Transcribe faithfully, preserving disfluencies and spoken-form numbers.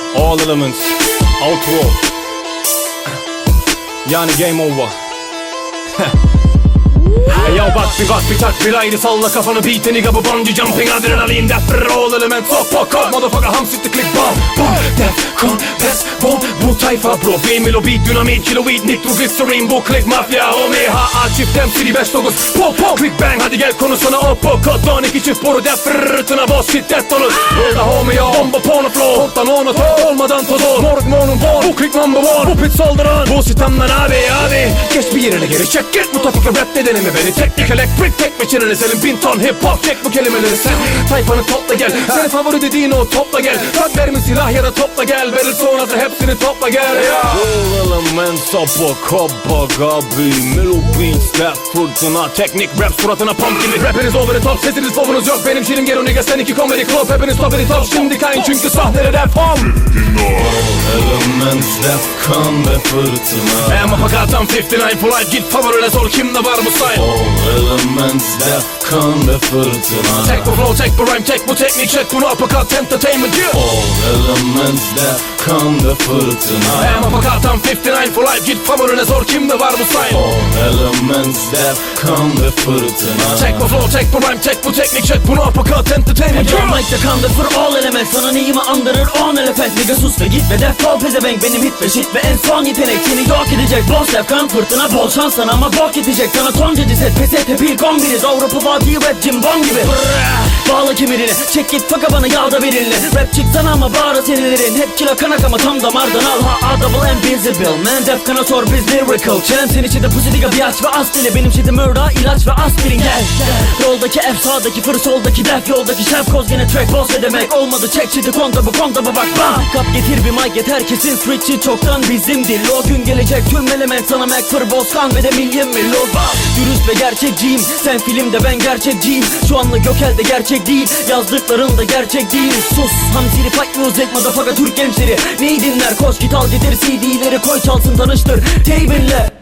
All elements, outro. Yani game over. Hey yo, bak bir bak bir tak bir ayrı salla kafanı beat nigga bu bungee jumping adrenalin that for all elements so fuck up motherfucker ham sitte click bomb bomb def con pes bomb bu tayfa bro female beat dynamit kilowatt nitroglycerin bu click mafya o meha a çift temsili beş dokuz pop pop quick bang hadi gel konusuna op op kat iki çift boru def fırtına boss şiddet dolu burada homie yo bomba pona flow toptan ona top olmadan toz morg monun bol bu click number one bu pit saldıran bu sistemden abi abi geç bir yerine geri çek git bu topika rap dedeni mi beni teknik elektrik tek meçinini senin bin ton hip hop çek bu kelimeleri sen tayfanı topla gel senin favori dediğin o topla gel tak verimi silah ya da topla gel verir sonrası hepsini topla gel ya all elements sapa kaba gabi melo beat step fırtına teknik rap suratına pump gibi rapiniz over the top sesiniz povunuz yok benim şirin gero nigga seninki comedy club hepiniz top the top şimdi kayın çünkü sahnede defam elements defkan ve fırtına Emma Pakatan elli dokuz for life git favorine sor kimde var bu style elements defkan ve fırtına Tek bu flow, tek bu rhyme, tek bu teknik çek bunu uppercut entertainment yeah all elements defkan ve fırtına Emma Pakatan elli dokuz for life git favorine sor kimde var bu style all elements defkan ve fırtına Tek bu flow, tek bu rhyme, tek bu teknik çek bunu uppercut entertainment yeah Mike de kandır for all element sana neyimi andırır on elefant nigga sus ve git ve defol pezevenk benim hit ve shit ve en son yetenek seni yok edecek boss defkan fırtına bol şans sana ama bok edecek sana tonca ceset pes et hep ilk on biriz Avrupa vadi rap cimbom gibi Brrrr, bağla kemerini çek git faka bana yağda verirle rap çıksana ama bağıra senelerin hep kila kanak ama tam damardan al ha a double invisible man defkana sor biz lyrical chance'in içinde pussy diga bir aç ve as dili benim şeyde murda ilaç ve aspirin gel roldaki F sağdaki fır soldaki def yoldaki şef koz gene track boss ne demek olmadı çek çiti konta bu konta bu bak bam kap getir bir mic yeter kesin switch'i çoktan bizimdir o gün gelecek tüm element sana Mac fır boskan ve de milyon milyon dürüst ve gerçekciyim sen filmde ben gerçekciyim şu anlık yok elde gerçek değil yazdıkların da gerçek değil sus hamsiri fight music motherfucker Türk gençleri neyi dinler koş git al getir C D'leri koy çalsın tanıştır teybinle